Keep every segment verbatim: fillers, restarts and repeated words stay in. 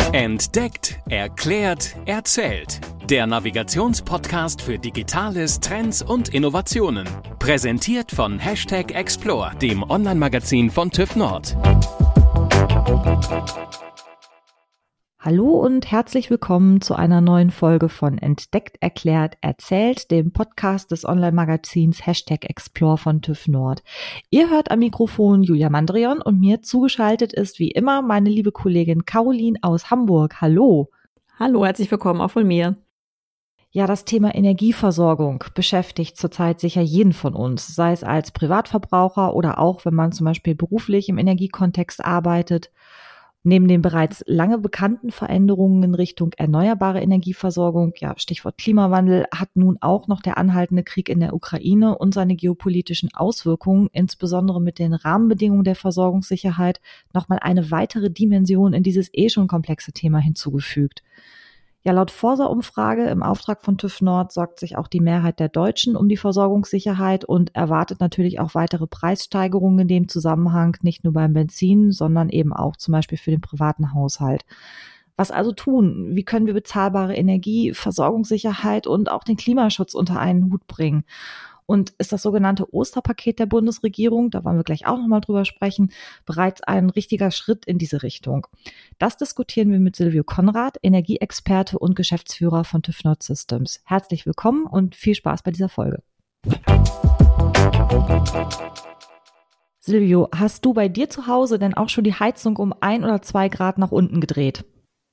Entdeckt, erklärt, erzählt. Der Navigationspodcast für Digitales, Trends und Innovationen. Präsentiert von Hashtag Explore, dem Online-Magazin von TÜV Nord. Hallo und herzlich willkommen zu einer neuen Folge von Entdeckt, erklärt, erzählt, dem Podcast des Online-Magazins Hashtag Explore von TÜV Nord. Ihr hört am Mikrofon Julia Mandrion und mir zugeschaltet ist wie immer meine liebe Kollegin Caroline aus Hamburg. Hallo. Hallo, herzlich willkommen auch von mir. Ja, das Thema Energieversorgung beschäftigt zurzeit sicher jeden von uns, sei es als Privatverbraucher oder auch, wenn man zum Beispiel beruflich im Energiekontext arbeitet. Neben den bereits lange bekannten Veränderungen in Richtung erneuerbare Energieversorgung, ja, Stichwort Klimawandel, hat nun auch noch der anhaltende Krieg in der Ukraine und seine geopolitischen Auswirkungen, insbesondere mit den Rahmenbedingungen der Versorgungssicherheit, nochmal eine weitere Dimension in dieses eh schon komplexe Thema hinzugefügt. Ja, laut Forsa-Umfrage im Auftrag von TÜV Nord sorgt sich auch die Mehrheit der Deutschen um die Versorgungssicherheit und erwartet natürlich auch weitere Preissteigerungen in dem Zusammenhang, nicht nur beim Benzin, sondern eben auch zum Beispiel für den privaten Haushalt. Was also tun? Wie können wir bezahlbare Energie, Versorgungssicherheit und auch den Klimaschutz unter einen Hut bringen? Und ist das sogenannte Osterpaket der Bundesregierung, da wollen wir gleich auch nochmal drüber sprechen, bereits ein richtiger Schritt in diese Richtung? Das diskutieren wir mit Silvio Konrad, Energieexperte und Geschäftsführer von TÜV Nord Systems. Herzlich willkommen und viel Spaß bei dieser Folge. Silvio, hast du bei dir zu Hause denn auch schon die Heizung um ein oder zwei Grad nach unten gedreht?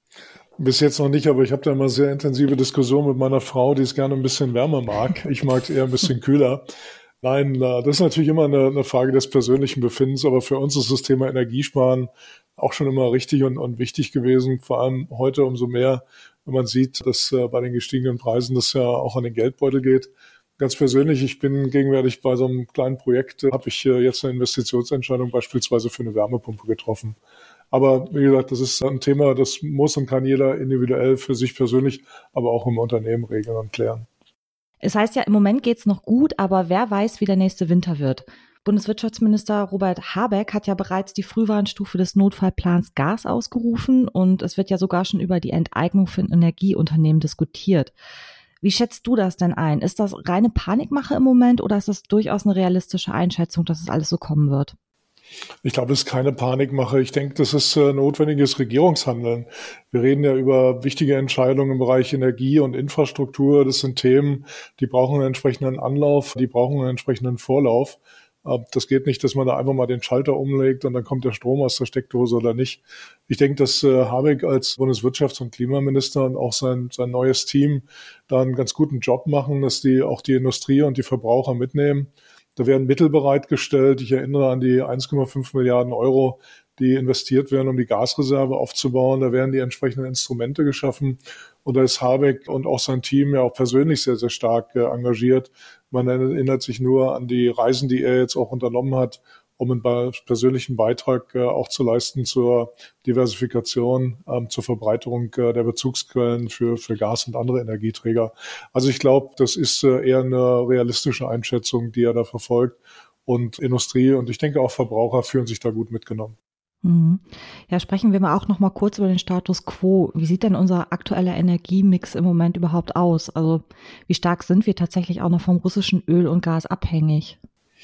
Bis jetzt noch nicht, aber ich habe da immer sehr intensive Diskussionen mit meiner Frau, die es gerne ein bisschen wärmer mag. Ich mag es eher ein bisschen kühler. Nein, das ist natürlich immer eine, eine Frage des persönlichen Befindens, aber für uns ist das Thema Energiesparen auch schon immer richtig und, und wichtig gewesen. Vor allem heute umso mehr, wenn man sieht, dass äh, bei den gestiegenen Preisen das ja auch an den Geldbeutel geht. Ganz persönlich, ich bin gegenwärtig bei so einem kleinen Projekt, äh, habe ich äh, jetzt eine Investitionsentscheidung beispielsweise für eine Wärmepumpe getroffen. Aber wie gesagt, das ist ein Thema, das muss und kann jeder individuell für sich persönlich, aber auch im Unternehmen regeln und klären. Es heißt ja, im Moment geht's noch gut, aber wer weiß, wie der nächste Winter wird. Bundeswirtschaftsminister Robert Habeck hat ja bereits die Frühwarnstufe des Notfallplans Gas ausgerufen und es wird ja sogar schon über die Enteignung für Energieunternehmen diskutiert. Wie schätzt du das denn ein? Ist das reine Panikmache im Moment oder ist das durchaus eine realistische Einschätzung, dass es alles so kommen wird? Ich glaube, das ist keine Panikmache. Ich denke, das ist äh, notwendiges Regierungshandeln. Wir reden ja über wichtige Entscheidungen im Bereich Energie und Infrastruktur. Das sind Themen, die brauchen einen entsprechenden Anlauf, die brauchen einen entsprechenden Vorlauf. Äh, das geht nicht, dass man da einfach mal den Schalter umlegt und dann kommt der Strom aus der Steckdose oder nicht. Ich denke, dass äh, Habeck als Bundeswirtschafts- und Klimaminister und auch sein, sein neues Team da einen ganz guten Job machen, dass die auch die Industrie und die Verbraucher mitnehmen. Da werden Mittel bereitgestellt. Ich erinnere an die eins Komma fünf Milliarden Euro, die investiert werden, um die Gasreserve aufzubauen. Da werden die entsprechenden Instrumente geschaffen. Und da ist Habeck und auch sein Team ja auch persönlich sehr, sehr stark äh, engagiert. Man erinnert sich nur an die Reisen, die er jetzt auch unternommen hat, um einen persönlichen Beitrag äh, auch zu leisten zur Diversifikation, ähm, zur Verbreiterung äh, der Bezugsquellen für, für Gas und andere Energieträger. Also ich glaube, das ist äh, eher eine realistische Einschätzung, die er da verfolgt. Und Industrie und ich denke auch Verbraucher fühlen sich da gut mitgenommen. Mhm. Ja, sprechen wir mal auch noch mal kurz über den Status quo. Wie sieht denn unser aktueller Energiemix im Moment überhaupt aus? Also wie stark sind wir tatsächlich auch noch vom russischen Öl und Gas abhängig?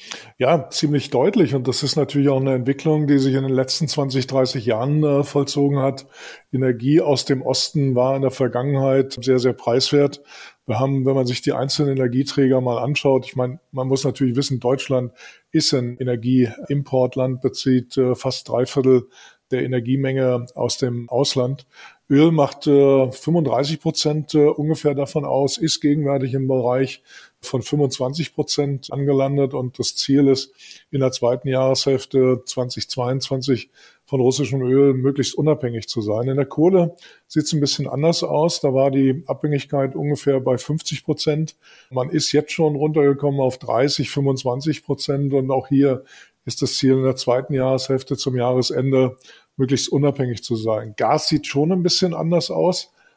Ja, ziemlich deutlich. Und das ist natürlich auch eine Entwicklung, die sich in den letzten zwanzig, dreißig Jahren äh, vollzogen hat. Energie aus dem Osten war in der Vergangenheit sehr, sehr preiswert. Wir haben, wenn man sich die einzelnen Energieträger mal anschaut, ich meine, man muss natürlich wissen, Deutschland ist ein Energieimportland, bezieht äh, fast drei Viertel der Energiemenge aus dem Ausland. Öl macht äh, fünfunddreißig Prozent äh, ungefähr davon aus, ist gegenwärtig im Bereich von fünfundzwanzig Prozent angelandet und das Ziel ist, in der zweiten Jahreshälfte zweitausendzweiundzwanzig von russischem Öl möglichst unabhängig zu sein. In der Kohle sieht es ein bisschen anders aus. Da war die Abhängigkeit ungefähr bei fünfzig Prozent. Man ist jetzt schon runtergekommen auf dreißig, fünfundzwanzig Prozent und auch hier ist das Ziel in der zweiten Jahreshälfte zum Jahresende möglichst unabhängig zu sein. Gas sieht schon ein bisschen anders aus.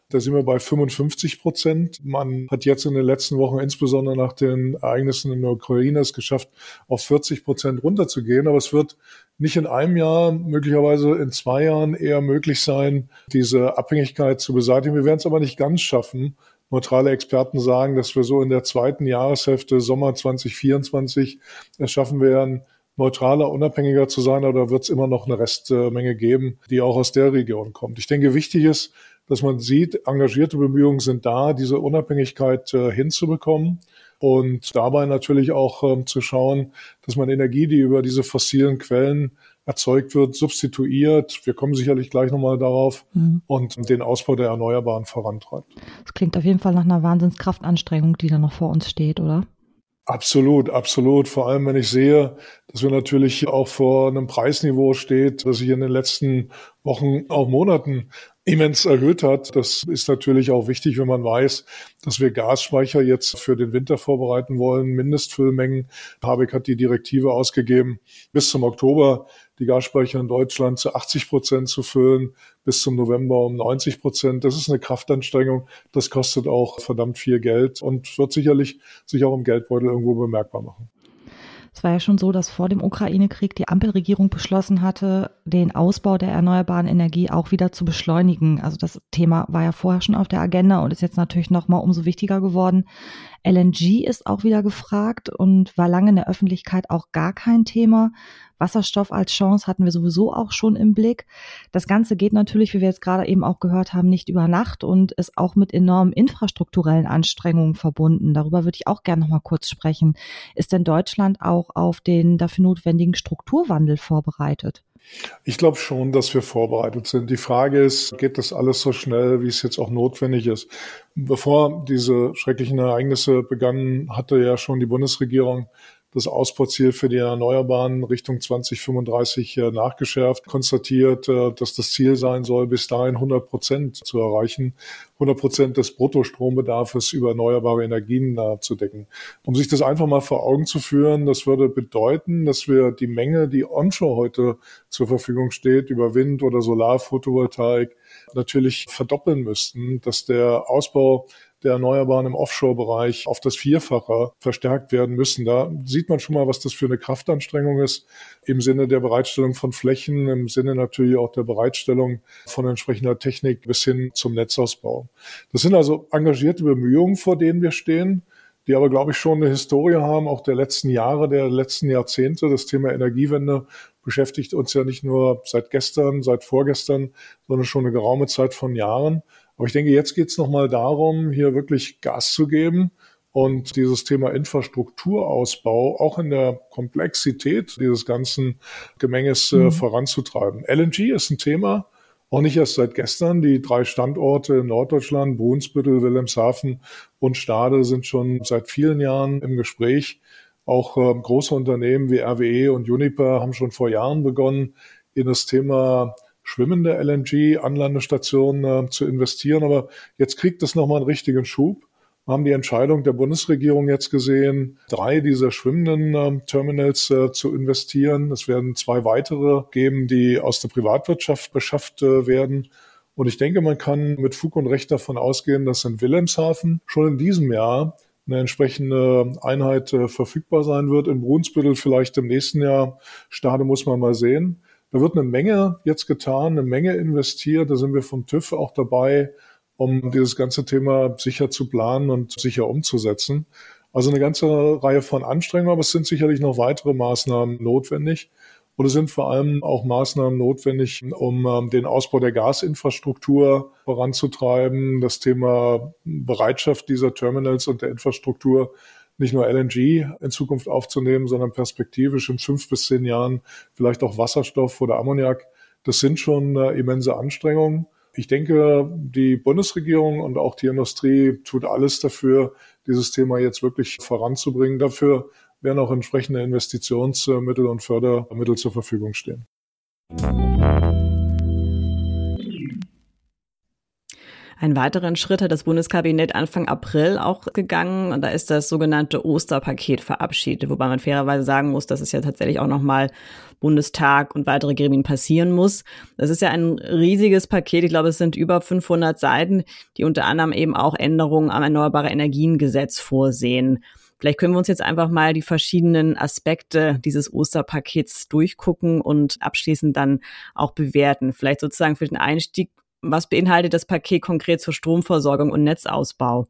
Da sind wir bei fünfundfünfzig Prozent. Man hat jetzt in den letzten Wochen, insbesondere nach den Ereignissen in der Ukraine, es geschafft, auf vierzig Prozent runterzugehen. Aber es wird nicht in einem Jahr, möglicherweise in zwei Jahren eher möglich sein, diese Abhängigkeit zu beseitigen. Wir werden es aber nicht ganz schaffen. Neutrale Experten sagen, dass wir so in der zweiten Jahreshälfte Sommer zwanzig vierundzwanzig es schaffen werden, neutraler, unabhängiger zu sein, oder wird es immer noch eine Restmenge geben, die auch aus der Region kommt. Ich denke, wichtig ist, dass man sieht, engagierte Bemühungen sind da, diese Unabhängigkeit äh, hinzubekommen und dabei natürlich auch ähm, zu schauen, dass man Energie, die über diese fossilen Quellen erzeugt wird, substituiert. Wir kommen sicherlich gleich nochmal darauf mhm. und den Ausbau der Erneuerbaren vorantreibt. Das klingt auf jeden Fall nach einer Wahnsinnskraftanstrengung, die da noch vor uns steht, oder? Absolut, absolut. Vor allem, wenn ich sehe, dass wir natürlich auch vor einem Preisniveau steht, das sich in den letzten Wochen, auch Monaten immens erhöht hat. Das ist natürlich auch wichtig, wenn man weiß, dass wir Gasspeicher jetzt für den Winter vorbereiten wollen. Mindestfüllmengen. Habeck hat die Direktive ausgegeben, bis zum Oktober die Gasspeicher in Deutschland zu achtzig Prozent zu füllen, bis zum November um neunzig Prozent. Das ist eine Kraftanstrengung. Das kostet auch verdammt viel Geld und wird sicherlich sich auch im Geldbeutel irgendwo bemerkbar machen. Es war ja schon so, dass vor dem Ukraine-Krieg die Ampelregierung beschlossen hatte, den Ausbau der erneuerbaren Energie auch wieder zu beschleunigen. Also das Thema war ja vorher schon auf der Agenda und ist jetzt natürlich noch mal umso wichtiger geworden. L N G ist auch wieder gefragt und war lange in der Öffentlichkeit auch gar kein Thema. Wasserstoff als Chance hatten wir sowieso auch schon im Blick. Das Ganze geht natürlich, wie wir jetzt gerade eben auch gehört haben, nicht über Nacht und ist auch mit enormen infrastrukturellen Anstrengungen verbunden. Darüber würde ich auch gerne noch mal kurz sprechen. Ist denn Deutschland auch auf den dafür notwendigen Strukturwandel vorbereitet? Ich glaube schon, dass wir vorbereitet sind. Die Frage ist, geht das alles so schnell, wie es jetzt auch notwendig ist? Bevor diese schrecklichen Ereignisse begannen, hatte ja schon die Bundesregierung das Ausbauziel für die Erneuerbaren Richtung zwanzig fünfunddreißig nachgeschärft, konstatiert, dass das Ziel sein soll, bis dahin hundert Prozent zu erreichen, hundert Prozent des Bruttostrombedarfs über erneuerbare Energien zu decken. Um sich das einfach mal vor Augen zu führen, das würde bedeuten, dass wir die Menge, die onshore heute zur Verfügung steht, über Wind- oder Solarphotovoltaik, natürlich verdoppeln müssten, dass der Ausbau der Erneuerbaren im Offshore-Bereich auf das Vierfache verstärkt werden müssen. Da sieht man schon mal, was das für eine Kraftanstrengung ist im Sinne der Bereitstellung von Flächen, im Sinne natürlich auch der Bereitstellung von entsprechender Technik bis hin zum Netzausbau. Das sind also engagierte Bemühungen, vor denen wir stehen, die aber, glaube ich, schon eine Historie haben, auch der letzten Jahre, der letzten Jahrzehnte. Das Thema Energiewende beschäftigt uns ja nicht nur seit gestern, seit vorgestern, sondern schon eine geraume Zeit von Jahren. Aber ich denke, jetzt geht es nochmal darum, hier wirklich Gas zu geben und dieses Thema Infrastrukturausbau auch in der Komplexität dieses ganzen Gemenges äh, mhm. voranzutreiben. L N G ist ein Thema, auch nicht erst seit gestern. Die drei Standorte in Norddeutschland, Brunsbüttel, Wilhelmshaven und Stade, sind schon seit vielen Jahren im Gespräch. Auch äh, große Unternehmen wie R W E und Uniper haben schon vor Jahren begonnen, in das Thema schwimmende L N G-Anlandestationen äh, zu investieren. Aber jetzt kriegt es nochmal einen richtigen Schub. Wir haben die Entscheidung der Bundesregierung jetzt gesehen, drei dieser schwimmenden äh, Terminals äh, zu investieren. Es werden zwei weitere geben, die aus der Privatwirtschaft beschafft äh, werden. Und ich denke, man kann mit Fug und Recht davon ausgehen, dass in Wilhelmshaven schon in diesem Jahr eine entsprechende Einheit äh, verfügbar sein wird. In Brunsbüttel vielleicht im nächsten Jahr. Stade muss man mal sehen. Da wird eine Menge jetzt getan, eine Menge investiert. Da sind wir vom TÜV auch dabei, um dieses ganze Thema sicher zu planen und sicher umzusetzen. Also eine ganze Reihe von Anstrengungen, aber es sind sicherlich noch weitere Maßnahmen notwendig. Und es sind vor allem auch Maßnahmen notwendig, um den Ausbau der Gasinfrastruktur voranzutreiben, das Thema Bereitschaft dieser Terminals und der Infrastruktur, nicht nur L N G in Zukunft aufzunehmen, sondern perspektivisch in fünf bis zehn Jahren vielleicht auch Wasserstoff oder Ammoniak. Das sind schon äh, immense Anstrengungen. Ich denke, die Bundesregierung und auch die Industrie tut alles dafür, dieses Thema jetzt wirklich voranzubringen. Dafür werden auch entsprechende Investitionsmittel und Fördermittel zur Verfügung stehen. Einen weiteren Schritt hat das Bundeskabinett Anfang April auch gegangen und da ist das sogenannte Osterpaket verabschiedet, wobei man fairerweise sagen muss, dass es ja tatsächlich auch nochmal Bundestag und weitere Gremien passieren muss. Das ist ja ein riesiges Paket, ich glaube, es sind über fünfhundert Seiten, die unter anderem eben auch Änderungen am Erneuerbare Energien-Gesetz vorsehen. Vielleicht können wir uns jetzt einfach mal die verschiedenen Aspekte dieses Osterpakets durchgucken und abschließend dann auch bewerten. Vielleicht sozusagen für den Einstieg, was beinhaltet das Paket konkret zur Stromversorgung und Netzausbau?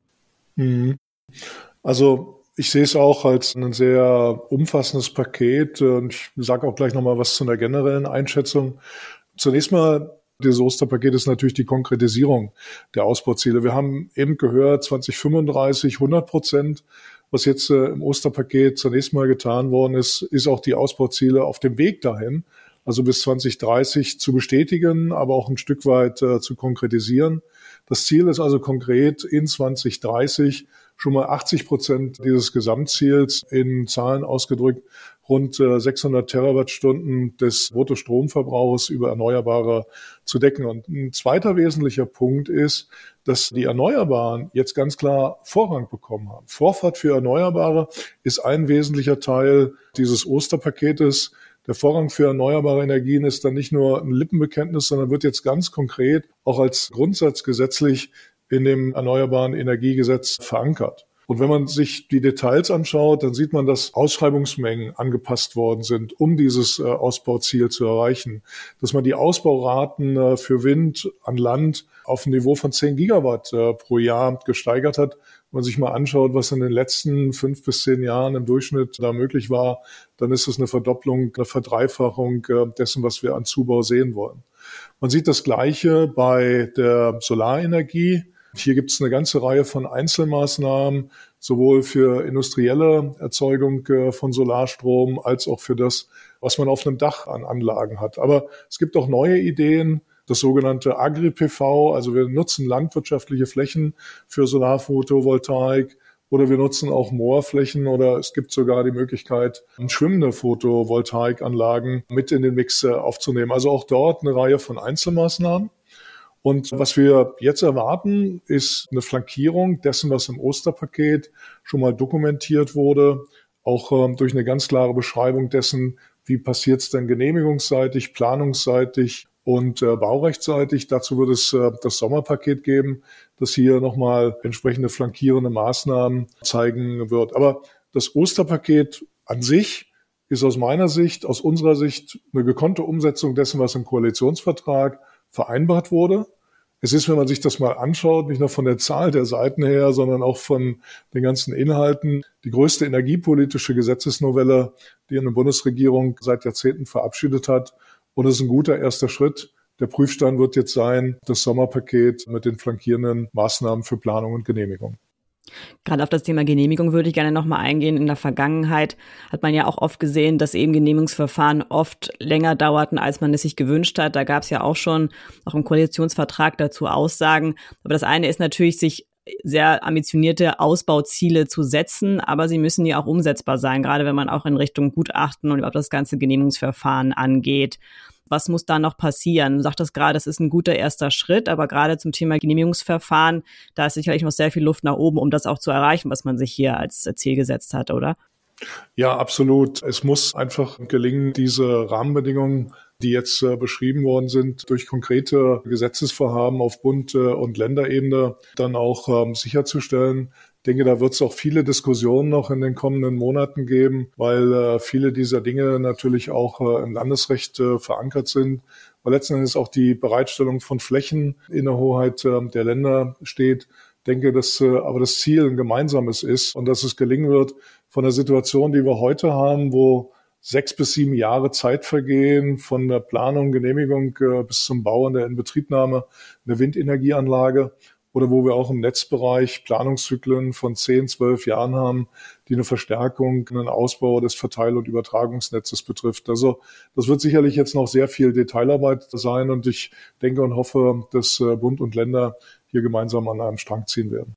Also ich sehe es auch als ein sehr umfassendes Paket und ich sage auch gleich nochmal was zu einer generellen Einschätzung. Zunächst mal, dieses Osterpaket ist natürlich die Konkretisierung der Ausbauziele. Wir haben eben gehört, zwanzig fünfunddreißig hundert Prozent. Was jetzt äh, im Osterpaket zunächst mal getan worden ist, ist auch die Ausbauziele auf dem Weg dahin, also bis zwanzig dreißig zu bestätigen, aber auch ein Stück weit äh, zu konkretisieren. Das Ziel ist also konkret in zwanzig dreißig schon mal achtzig Prozent dieses Gesamtziels in Zahlen ausgedrückt, rund äh, sechshundert Terawattstunden des Bruttostromverbrauchs über Erneuerbare zu decken. Und ein zweiter wesentlicher Punkt ist, dass die Erneuerbaren jetzt ganz klar Vorrang bekommen haben. Vorfahrt für Erneuerbare ist ein wesentlicher Teil dieses Osterpaketes. Der Vorrang für erneuerbare Energien ist dann nicht nur ein Lippenbekenntnis, sondern wird jetzt ganz konkret auch als Grundsatz gesetzlich in dem Erneuerbaren Energiegesetz verankert. Und wenn man sich die Details anschaut, dann sieht man, dass Ausschreibungsmengen angepasst worden sind, um dieses äh, Ausbauziel zu erreichen. Dass man die Ausbauraten äh, für Wind an Land auf ein Niveau von zehn Gigawatt äh, pro Jahr gesteigert hat. Wenn man sich mal anschaut, was in den letzten fünf bis zehn Jahren im Durchschnitt da möglich war, dann ist es eine Verdopplung, eine Verdreifachung äh, dessen, was wir an Zubau sehen wollen. Man sieht das Gleiche bei der Solarenergie. Hier gibt es eine ganze Reihe von Einzelmaßnahmen, sowohl für industrielle Erzeugung von Solarstrom als auch für das, was man auf einem Dach an Anlagen hat. Aber es gibt auch neue Ideen, das sogenannte Agri-P V, also wir nutzen landwirtschaftliche Flächen für Solarphotovoltaik oder wir nutzen auch Moorflächen oder es gibt sogar die Möglichkeit, schwimmende Photovoltaikanlagen mit in den Mix aufzunehmen. Also auch dort eine Reihe von Einzelmaßnahmen. Und was wir jetzt erwarten, ist eine Flankierung dessen, was im Osterpaket schon mal dokumentiert wurde, auch ähm, durch eine ganz klare Beschreibung dessen, wie passiert es denn genehmigungsseitig, planungsseitig und äh, baurechtsseitig. Dazu wird es äh, das Sommerpaket geben, das hier nochmal entsprechende flankierende Maßnahmen zeigen wird. Aber das Osterpaket an sich ist aus meiner Sicht, aus unserer Sicht eine gekonnte Umsetzung dessen, was im Koalitionsvertrag vereinbart wurde. Es ist, wenn man sich das mal anschaut, nicht nur von der Zahl der Seiten her, sondern auch von den ganzen Inhalten, die größte energiepolitische Gesetzesnovelle, die eine Bundesregierung seit Jahrzehnten verabschiedet hat. Und es ist ein guter erster Schritt. Der Prüfstand wird jetzt sein, das Sommerpaket mit den flankierenden Maßnahmen für Planung und Genehmigung. Gerade auf das Thema Genehmigung würde ich gerne nochmal eingehen. In der Vergangenheit hat man ja auch oft gesehen, dass eben Genehmigungsverfahren oft länger dauerten, als man es sich gewünscht hat. Da gab es ja auch schon auch im Koalitionsvertrag dazu Aussagen. Aber das eine ist natürlich, sich sehr ambitionierte Ausbauziele zu setzen, aber sie müssen ja auch umsetzbar sein, gerade wenn man auch in Richtung Gutachten und überhaupt das ganze Genehmigungsverfahren angeht. Was muss da noch passieren? Du sagtest gerade, das ist ein guter erster Schritt, aber gerade zum Thema Genehmigungsverfahren, da ist sicherlich noch sehr viel Luft nach oben, um das auch zu erreichen, was man sich hier als Ziel gesetzt hat, oder? Ja, absolut. Es muss einfach gelingen, diese Rahmenbedingungen, die jetzt äh, beschrieben worden sind, durch konkrete Gesetzesvorhaben auf Bund- äh, und Länderebene dann auch ähm, sicherzustellen. Ich denke, da wird es auch viele Diskussionen noch in den kommenden Monaten geben, weil äh, viele dieser Dinge natürlich auch äh, im Landesrecht äh, verankert sind, weil letzten Endes auch die Bereitstellung von Flächen in der Hoheit äh, der Länder steht. Ich denke, dass äh, aber das Ziel ein gemeinsames ist und dass es gelingen wird, von der Situation, die wir heute haben, wo sechs bis sieben Jahre Zeit vergehen, von der Planung, Genehmigung äh, bis zum Bau und der Inbetriebnahme einer Windenergieanlage, oder wo wir auch im Netzbereich Planungszyklen von zehn, zwölf Jahren haben, die eine Verstärkung, einen Ausbau des Verteil- und Übertragungsnetzes betrifft. Also das wird sicherlich jetzt noch sehr viel Detailarbeit sein und ich denke und hoffe, dass Bund und Länder hier gemeinsam an einem Strang ziehen werden.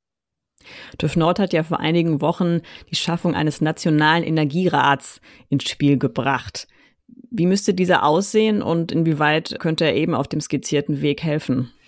TÜV Nord hat ja vor einigen Wochen die Schaffung eines nationalen Energierats ins Spiel gebracht. Wie müsste dieser aussehen und inwieweit könnte er eben auf dem skizzierten Weg helfen?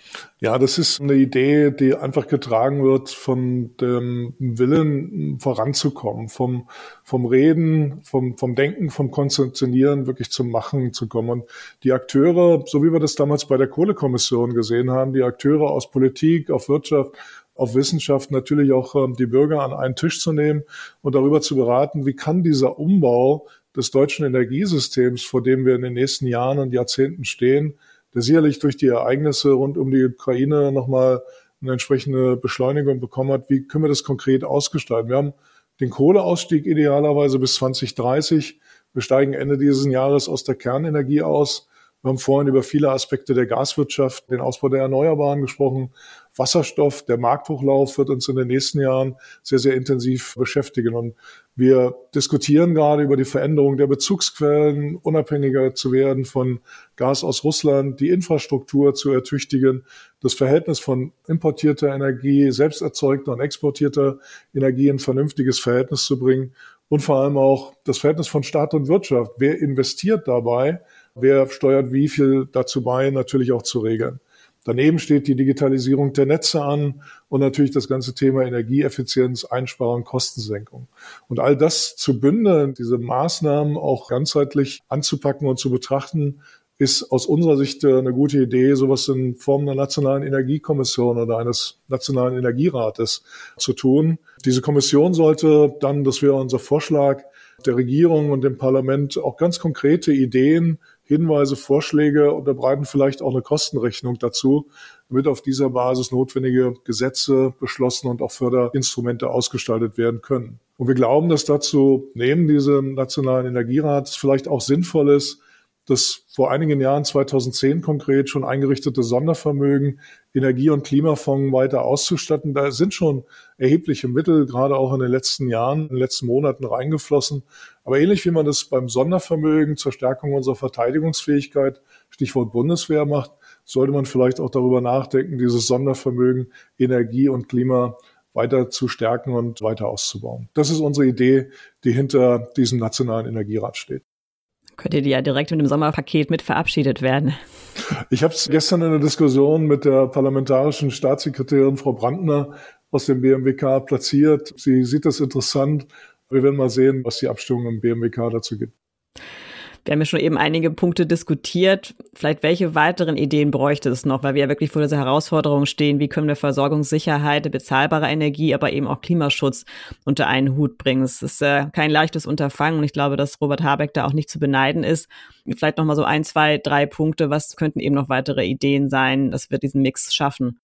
Ja, das ist eine Idee, die einfach getragen wird von dem Willen, voranzukommen, vom, vom Reden, vom, vom Denken, vom Konzeptionieren wirklich zum Machen zu kommen. Und die Akteure, so wie wir das damals bei der Kohlekommission gesehen haben, die Akteure aus Politik, auf Wirtschaft, auf Wissenschaft, natürlich auch ähm, die Bürger an einen Tisch zu nehmen und darüber zu beraten, wie kann dieser Umbau des deutschen Energiesystems, vor dem wir in den nächsten Jahren und Jahrzehnten stehen, der sicherlich durch die Ereignisse rund um die Ukraine nochmal eine entsprechende Beschleunigung bekommen hat. Wie können wir das konkret ausgestalten? Wir haben den Kohleausstieg idealerweise bis zwanzig dreißig. Wir steigen Ende dieses Jahres aus der Kernenergie aus. Wir haben vorhin über viele Aspekte der Gaswirtschaft, den Ausbau der Erneuerbaren gesprochen. Wasserstoff, der Markthochlauf wird uns in den nächsten Jahren sehr, sehr intensiv beschäftigen. Und wir diskutieren gerade über die Veränderung der Bezugsquellen, unabhängiger zu werden von Gas aus Russland, die Infrastruktur zu ertüchtigen, das Verhältnis von importierter Energie, selbst erzeugter und exportierter Energie in ein vernünftiges Verhältnis zu bringen und vor allem auch das Verhältnis von Staat und Wirtschaft. Wer investiert dabei? Wer steuert wie viel dazu bei, natürlich auch zu regeln. Daneben steht die Digitalisierung der Netze an und natürlich das ganze Thema Energieeffizienz, Einsparung, Kostensenkung. Und all das zu bündeln, diese Maßnahmen auch ganzheitlich anzupacken und zu betrachten, ist aus unserer Sicht eine gute Idee, sowas in Form einer nationalen Energiekommission oder eines nationalen Energierates zu tun. Diese Kommission sollte dann, das wäre unser Vorschlag, der Regierung und dem Parlament auch ganz konkrete Ideen, Hinweise, Vorschläge unterbreiten, vielleicht auch eine Kostenrechnung dazu, damit auf dieser Basis notwendige Gesetze beschlossen und auch Förderinstrumente ausgestaltet werden können. Und wir glauben, dass dazu neben diesem nationalen Energierat es vielleicht auch sinnvoll ist, das vor einigen Jahren, zweitausendzehn konkret, schon eingerichtete Sondervermögen Energie- und Klimafonds weiter auszustatten. Da sind schon erhebliche Mittel, gerade auch in den letzten Jahren, in den letzten Monaten reingeflossen. Aber ähnlich wie man das beim Sondervermögen zur Stärkung unserer Verteidigungsfähigkeit, Stichwort Bundeswehr, macht, sollte man vielleicht auch darüber nachdenken, dieses Sondervermögen Energie und Klima weiter zu stärken und weiter auszubauen. Das ist unsere Idee, die hinter diesem nationalen Energierat steht. Könnte die ja direkt mit dem Sommerpaket mit verabschiedet werden. Ich habe es gestern in einer Diskussion mit der parlamentarischen Staatssekretärin Frau Brandner aus dem B M W K platziert. Sie sieht das interessant. Wir werden mal sehen, was die Abstimmung im B M W K dazu gibt. Wir haben ja schon eben einige Punkte diskutiert. Vielleicht welche weiteren Ideen bräuchte es noch, weil wir ja wirklich vor dieser Herausforderung stehen, wie können wir Versorgungssicherheit, bezahlbare Energie, aber eben auch Klimaschutz unter einen Hut bringen. Es ist äh, kein leichtes Unterfangen und ich glaube, dass Robert Habeck da auch nicht zu beneiden ist. Vielleicht noch mal so ein, zwei, drei Punkte. Was könnten eben noch weitere Ideen sein, dass wir diesen Mix schaffen?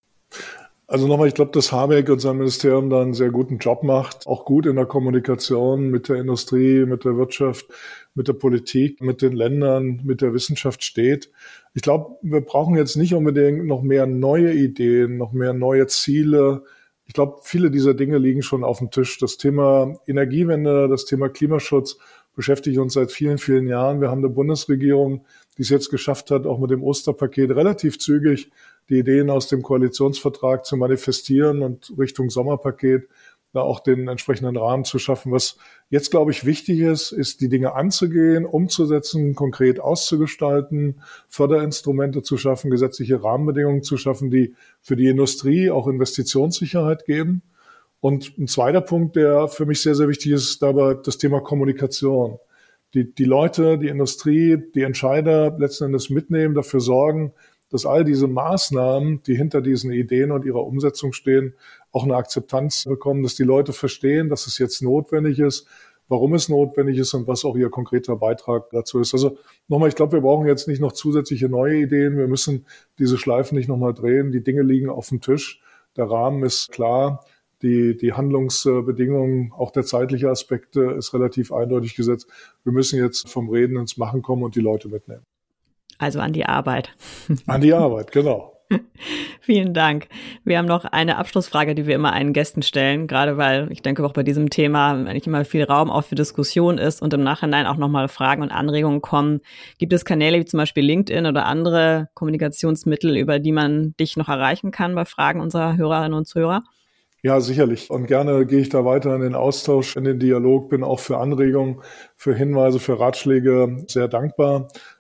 Also nochmal, ich glaube, dass Habeck und sein Ministerium da einen sehr guten Job macht, auch gut in der Kommunikation mit der Industrie, mit der Wirtschaft, mit der Politik, mit den Ländern, mit der Wissenschaft steht. Ich glaube, wir brauchen jetzt nicht unbedingt noch mehr neue Ideen, noch mehr neue Ziele. Ich glaube, viele dieser Dinge liegen schon auf dem Tisch. Das Thema Energiewende, das Thema Klimaschutz beschäftigt uns seit vielen, vielen Jahren. Wir haben eine Bundesregierung, die es jetzt geschafft hat, auch mit dem Osterpaket relativ zügig die Ideen aus dem Koalitionsvertrag zu manifestieren und Richtung Sommerpaket da auch den entsprechenden Rahmen zu schaffen. Was jetzt, glaube ich, wichtig ist, ist, die Dinge anzugehen, umzusetzen, konkret auszugestalten, Förderinstrumente zu schaffen, gesetzliche Rahmenbedingungen zu schaffen, die für die Industrie auch Investitionssicherheit geben. Und ein zweiter Punkt, der für mich sehr, sehr wichtig ist, ist dabei das Thema Kommunikation. Die, die Leute, die Industrie, die Entscheider letzten Endes mitnehmen, dafür sorgen, dass all diese Maßnahmen, die hinter diesen Ideen und ihrer Umsetzung stehen, auch eine Akzeptanz bekommen, dass die Leute verstehen, dass es jetzt notwendig ist, warum es notwendig ist und was auch ihr konkreter Beitrag dazu ist. Also nochmal, ich glaube, wir brauchen jetzt nicht noch zusätzliche neue Ideen. Wir müssen diese Schleifen nicht nochmal drehen. Die Dinge liegen auf dem Tisch. Der Rahmen ist klar. Die, die Handlungsbedingungen, auch der zeitliche Aspekt ist relativ eindeutig gesetzt. Wir müssen jetzt vom Reden ins Machen kommen und die Leute mitnehmen. Also an die Arbeit. An die Arbeit, genau. Vielen Dank. Wir haben noch eine Abschlussfrage, die wir immer allen Gästen stellen, gerade weil ich denke auch bei diesem Thema eigentlich immer viel Raum auch für Diskussion ist und im Nachhinein auch nochmal Fragen und Anregungen kommen. Gibt es Kanäle wie zum Beispiel LinkedIn oder andere Kommunikationsmittel, über die man dich noch erreichen kann bei Fragen unserer Hörerinnen und Zuhörer? Ja, sicherlich. Und gerne gehe ich da weiter in den Austausch, in den Dialog, bin auch für Anregungen, für Hinweise, für Ratschläge sehr dankbar.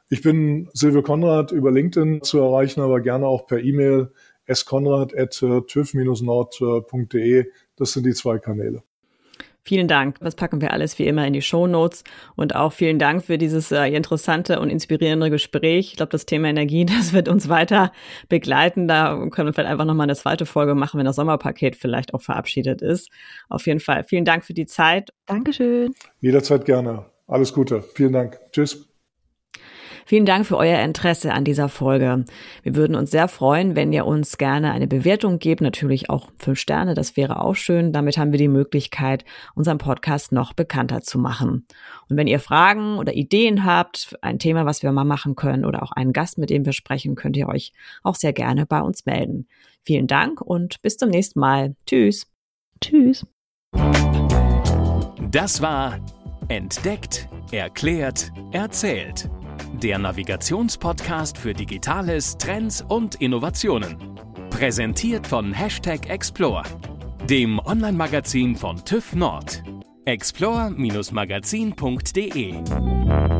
Ich bin Silvio Konrad über LinkedIn zu erreichen, aber gerne auch per E-Mail s konrad at tüv nord punkt de. Das sind die zwei Kanäle. Vielen Dank. Das packen wir alles wie immer in die Shownotes. Und auch vielen Dank für dieses äh, interessante und inspirierende Gespräch. Ich glaube, das Thema Energie, das wird uns weiter begleiten. Da können wir vielleicht einfach nochmal eine zweite Folge machen, wenn das Sommerpaket vielleicht auch verabschiedet ist. Auf jeden Fall vielen Dank für die Zeit. Dankeschön. Jederzeit gerne. Alles Gute. Vielen Dank. Tschüss. Vielen Dank für euer Interesse an dieser Folge. Wir würden uns sehr freuen, wenn ihr uns gerne eine Bewertung gebt, natürlich auch fünf Sterne, das wäre auch schön. Damit haben wir die Möglichkeit, unseren Podcast noch bekannter zu machen. Und wenn ihr Fragen oder Ideen habt, ein Thema, was wir mal machen können oder auch einen Gast, mit dem wir sprechen, könnt ihr euch auch sehr gerne bei uns melden. Vielen Dank und bis zum nächsten Mal. Tschüss. Tschüss. Das war Entdeckt, Erklärt, Erzählt. Der Navigationspodcast für Digitales, Trends und Innovationen. Präsentiert von Hashtag Explore, dem Online-Magazin von TÜV Nord. explore Bindestrich magazin punkt de